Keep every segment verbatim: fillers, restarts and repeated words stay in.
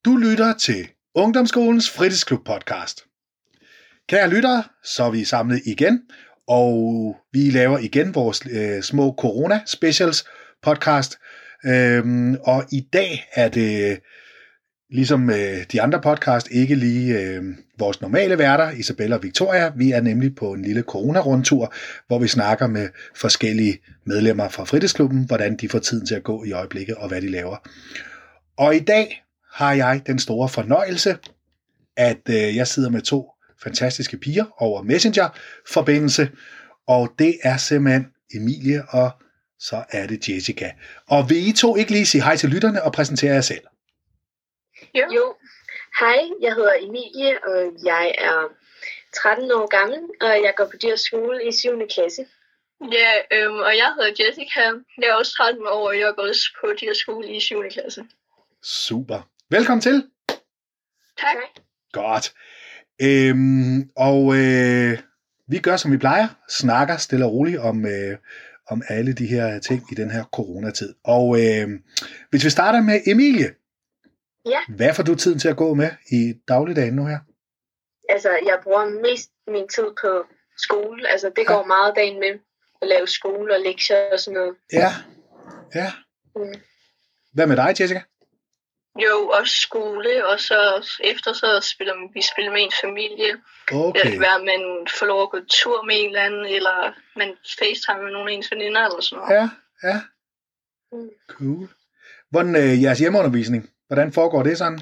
Du lytter til Ungdomsskolens Fritidsklub podcast. Kære lyttere, så er vi samlet igen, og vi laver igen vores øh, små corona specials podcast. Øhm, og i dag er det ligesom øh, de andre podcast ikke lige øh, vores normale værter, Isabella og Victoria. Vi er nemlig på en lille corona-rundtur, hvor vi snakker med forskellige medlemmer fra fritidsklubben, hvordan de får tiden til at gå i øjeblikket og hvad de laver. Og i dag har jeg den store fornøjelse, at øh, jeg sidder med to fantastiske piger over Messenger-forbindelse, og det er simpelthen Emilie, og så er det Jessica. Og vil I to ikke lige sige hej til lytterne og præsentere jer selv? Jo. jo. Hej, jeg hedder Emilie, og jeg er tretten år gammel, og jeg går på Dyrs skole i syvende klasse. Ja, øhm, og jeg hedder Jessica. Jeg er også tretten år, og jeg går også på Dyrs skole i syvende klasse. Super. Velkommen til. Tak. Godt. Øhm, og øh, vi gør, som vi plejer. Snakker stille og roligt om, øh, om alle de her ting i den her coronatid. Og øh, hvis vi starter med Emilie. Ja. Hvad får du tiden til at gå med i dagligdagen nu her? Altså, jeg bruger mest min tid på skole. Altså, det går ja. meget dagen med at lave skole og lektier og sådan noget. Ja. Ja. Mm. Hvad med dig, Jessica? Jo, også skole, og så efter så spiller vi spiller med en familie. Okay. Det kan være, at man får lov at gå tur med en eller anden, eller man facetime med nogle af ens veninder eller sådan noget. Ja, ja. Mm. Cool. Hvordan øh, jeres hjemmeundervisning? Hvordan foregår det sådan?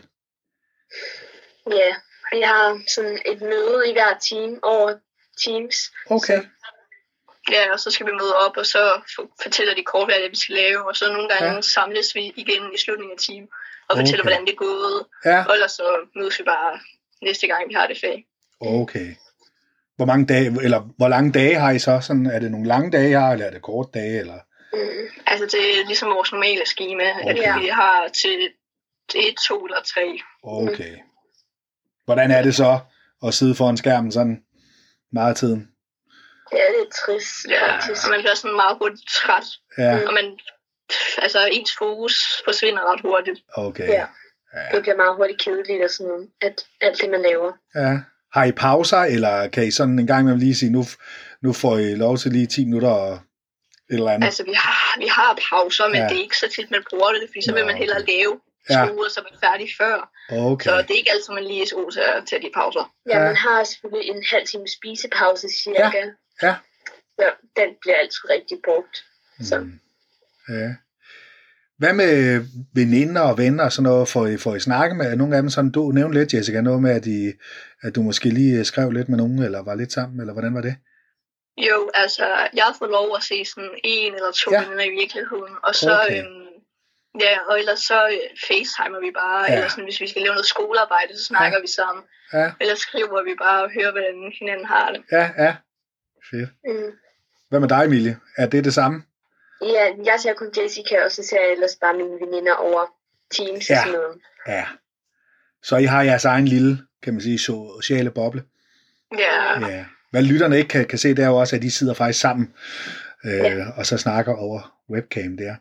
Ja, jeg har sådan et møde i hver time over Teams. Okay. Så. Ja, og så skal vi møde op, og så fortæller de kort, hvad det er, vi skal lave, og så nogle gange ja. samles vi igen i slutningen af timen, og fortæller, okay. hvordan det er gået, ja. og ellers så mødes vi bare næste gang, vi har det fag. Okay. Hvor mange dage, eller hvor lange dage har I så? Sådan, er det nogle lange dage, I har, eller er det korte dage? Eller? Mm, altså, det er ligesom vores normale schema, okay. at vi har til et, to eller tre. Okay. Hvordan er det så at sidde foran skærmen sådan meget af tiden? Ja, det er trist. Ja, og man bliver sådan meget hurtigt træt. Ja. Og man, altså ens fokus forsvinder ret hurtigt. Okay. Ja. Ja. Det bliver meget hurtigt kedeligt og sådan noget, at alt det man laver. Ja. Har I pauser, eller kan I sådan en gang med lige sige, nu, nu får I lov til lige ti minutter og et eller andet? Altså vi har, vi har pauser, men ja. det er ikke så tit man bruger det, fordi så vil man hellere lave skole, så er man færdig før. Okay. Så det er ikke altid, man lige er så god til at tage de pauser. Ja, man har selvfølgelig en halv time spisepause cirka. Ja. Ja. Så den bliver altid rigtig brugt. Så. Mm. Ja. Hvad med veninder og venner og sådan noget, får I, får I snakke med nogle af dem? Sådan, du nævnte lidt, Jessica, noget med, at, I, at du måske lige skrev lidt med nogen, eller var lidt sammen, eller hvordan var det? Jo, altså, jeg har fået lov at se sådan en eller to ja. veninder i virkeligheden, og så, okay. øhm, ja, og ellers så øh, facetimer vi bare, ja. eller sådan, hvis vi skal lave noget skolearbejde, så snakker ja. vi sammen. Ja. Eller skriver vi bare og hører, hvordan hinanden har det. Ja, ja. Fedt. Mm. Hvad med dig, Emilie? Er det det samme? Ja, jeg ser kun Jessica, og så ser jeg ellers bare mine veninder over Teams ja. og sådan noget. Ja. Så I har jeres egen lille, kan man sige, sociale boble. Ja. Ja. Hvad lytterne ikke kan, kan se, det er jo også, at de sidder faktisk sammen, øh, ja. og så snakker over webcam der.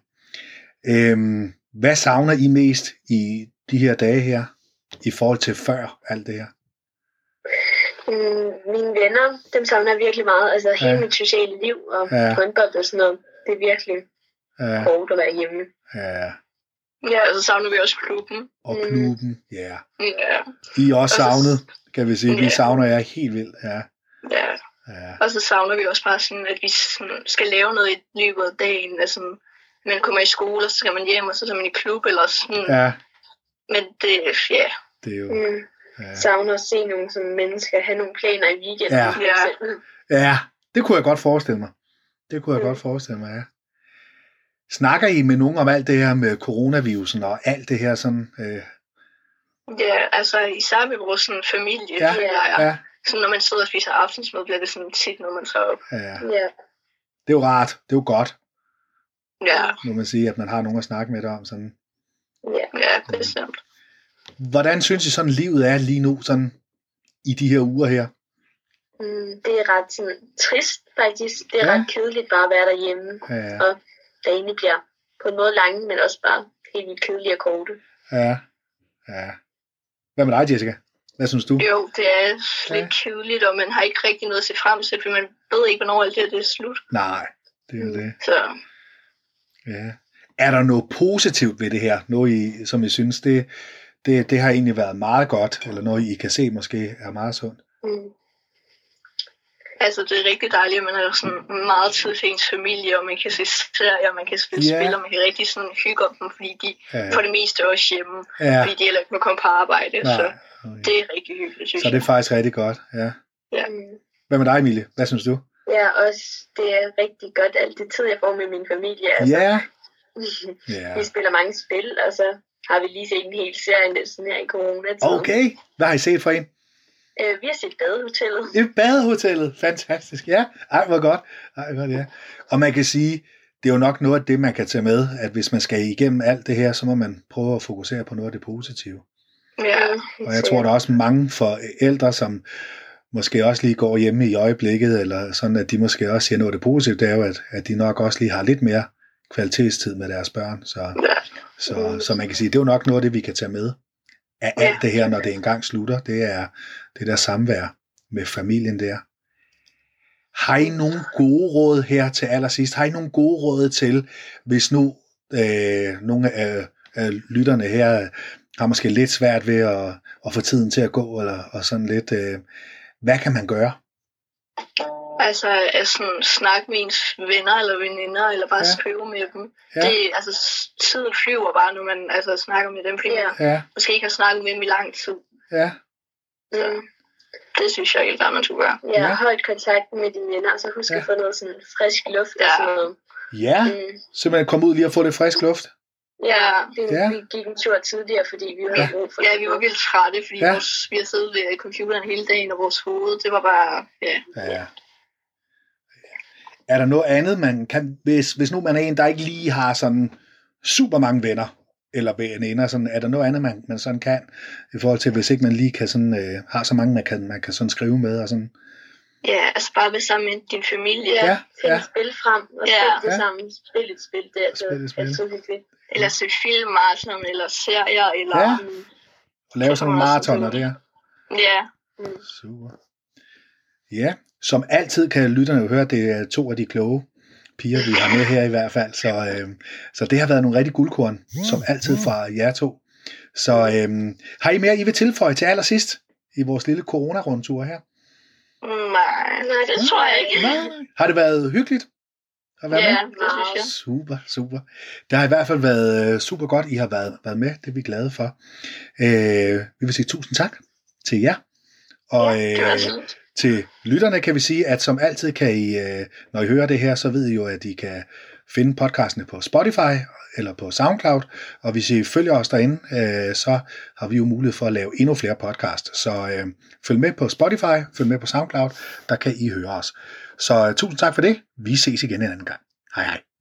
Øhm, hvad savner I mest i de her dage her, i forhold til før alt det her? Mm, mine venner, dem savner jeg virkelig meget. Altså hele ja. mit sociale liv og ja. håndbold og sådan noget. Det er virkelig ja. hårdt at være hjemme. Ja. Ja, og så savner vi også klubben. Og klubben, ja. Mm. Ja. I er også savnet, kan vi sige. Vi ja. savner jer helt vildt, ja. Ja. ja. Og så savner vi også bare sådan, at vi sådan skal lave noget i løbet af dagen. Altså, man kommer i skole, og så skal man hjem, og så er man i klub eller sådan. Ja. Men det, ja. Det er jo... Mm. Ja. Savner at se nogle som mennesker have nogle planer i weekenden. Ja. Ja. ja, det kunne jeg godt forestille mig. Det kunne jeg mm. godt forestille mig, ja. Snakker I med nogen om alt det her med coronavirusen og alt det her sådan? Øh... Ja, altså især med vores sådan, familie. Ja, ja. ja. Så når man sidder og spiser aftensmad, bliver det sådan tit, når man tager op. Ja. ja. Det er jo rart. Det er jo godt. Ja. Må man sige, at man har nogen at snakke med dig om sådan. Ja, ja, bestemt. Hvordan synes I sådan livet er lige nu, sådan i de her uger her? Mm, det er ret sådan, trist faktisk. Det er ja. ret kedeligt bare at være derhjemme. Ja. Og dagene bliver på en måde lange, men også bare helt vildt kedelige og korte. Ja, ja. Hvad med dig, Jessica? Hvad synes du? Jo, det er lidt ja. kedeligt, og man har ikke rigtig noget at se frem til, for man ved ikke, hvornår alt det, det er slut. Nej, det er jo det. Så. Ja. Er der noget positivt ved det her? Noget, I, som I synes, det, det, det har egentlig været meget godt, eller noget, I kan se måske er meget sundt? Mm. Altså, det er rigtig dejligt, at man har sådan meget tid til ens familie, og man kan se serier, og man kan spille yeah. spil, og man kan rigtig sådan hygge om dem, fordi de ja. for det meste også hjemme, ja. fordi de heller ikke må komme på arbejde, nej. Så okay. det er rigtig hyggeligt, synes Så det er faktisk rigtig godt, ja. ja. Hvad med dig, Emilie? Hvad synes du? Ja, også det er rigtig godt, alt det tid, jeg får med min familie. Altså. Ja. Yeah. Vi spiller mange spil, og så har vi lige set en hel serie sådan her i coronatiden. Okay, hvad har I set for en? Øh, vi har set Badehotellet. I Badehotellet, fantastisk, ja. Ej, hvor godt. Ej, hvor godt, ja. Og man kan sige, det er jo nok noget af det, man kan tage med, at hvis man skal igennem alt det her, så må man prøve at fokusere på noget af det positive. Ja. Og jeg tror, der er også mange forældre, som måske også lige går hjemme i øjeblikket, eller sådan, at de måske også siger noget af det positive, det er jo, at, at de nok også lige har lidt mere kvalitetstid med deres børn. Så, ja. så, så man kan sige, det er jo nok noget af det, vi kan tage med af alt det her, når det engang slutter. Det er det der samvær med familien der. Har I nogle gode råd her til allersidst? Har I nogle gode råd til, hvis nu øh, nogle af, af lytterne her har måske lidt svært ved at, at få tiden til at gå, eller og sådan lidt, øh, hvad kan man gøre? Altså, altså snakke med ens venner eller veninder, eller bare ja. skrive med dem. Ja. Det, altså, tiden flyver bare, når man altså, snakker med dem, fordi man ja. måske ikke har snakket med dem i lang tid. Ja. Så, det synes jeg helt klart, man skulle gøre. Ja, ja. Hold kontakt med dine venner, og så husk ja. at få noget sådan frisk luft ja. og sådan noget. Ja, mm. simpelthen komme ud lige og få lidt frisk luft. Ja, vi, ja. vi gik en tur tidligere, fordi vi havde brug for det. Ja, vi var vildt trætte, fordi ja. vores, vi har siddet ved computeren hele dagen, og vores hoved, det var bare, ja. ja. Er der noget andet, man kan, hvis, hvis nu man er en, der ikke lige har sådan super mange venner, eller veninder, sådan, er der noget andet, man, man sådan kan, i forhold til, hvis ikke man lige kan sådan, øh, har så mange, man kan, man kan sådan skrive med, og sådan? Ja, altså bare være sammen med din familie. Ja, find ja. spil frem, og ja. spil det ja. sammen. Spil et spil, det er altid hyggeligt. Eller se film, sådan, eller serier, eller... Ja, og lave sådan en maraton der. Ja. Mm. Super. Ja, som altid kan lytterne jo høre, det er to af de kloge piger, vi har med her i hvert fald. Så, øh, så det har været nogle rigtig guldkorn, som altid fra jer to. Så øh, har I mere, I vil tilføje til allersidst i vores lille corona-rundtur her? Nej, nej, det tror jeg ikke. Nej, nej. Har det været hyggeligt at være ja, med? Ja, det synes jeg. Super, super. Det har i hvert fald været super godt, I har været, været med. Det er vi glade for. Øh, vi vil sige tusind tak til jer. Og ja, det var øh, til lytterne kan vi sige, at som altid kan I, øh, når I hører det her, så ved I jo, at I kan finde podcastene på Spotify eller på SoundCloud, og hvis I følger os derinde, øh, så har vi jo mulighed for at lave endnu flere podcasts. Så øh, følg med på Spotify, følg med på SoundCloud, der kan I høre os. Så øh, tusind tak for det. Vi ses igen en anden gang. Hej hej.